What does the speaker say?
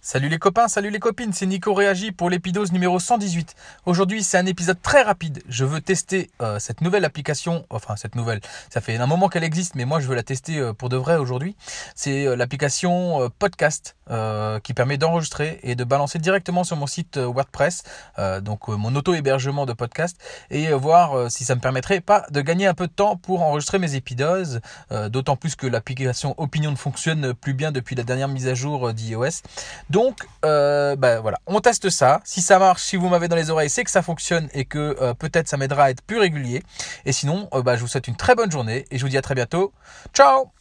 Salut les copains, salut les copines, c'est Nico Réagi pour l'épidose numéro 118. Aujourd'hui, c'est un épisode très rapide. Je veux tester cette nouvelle application, ça fait un moment qu'elle existe, mais moi je veux la tester pour de vrai aujourd'hui. C'est l'application Podcast qui permet d'enregistrer et de balancer directement sur mon site WordPress, mon auto-hébergement de podcast, et voir si ça me permettrait pas de gagner un peu de temps pour enregistrer mes épidoses, d'autant plus que l'application Opinion fonctionne plus bien depuis la dernière mise à jour d'iOS. Donc voilà, on teste ça. Si ça marche, si vous m'avez dans les oreilles, c'est que ça fonctionne et que peut-être ça m'aidera à être plus régulier. Et sinon, je vous souhaite une très bonne journée et je vous dis à très bientôt. Ciao!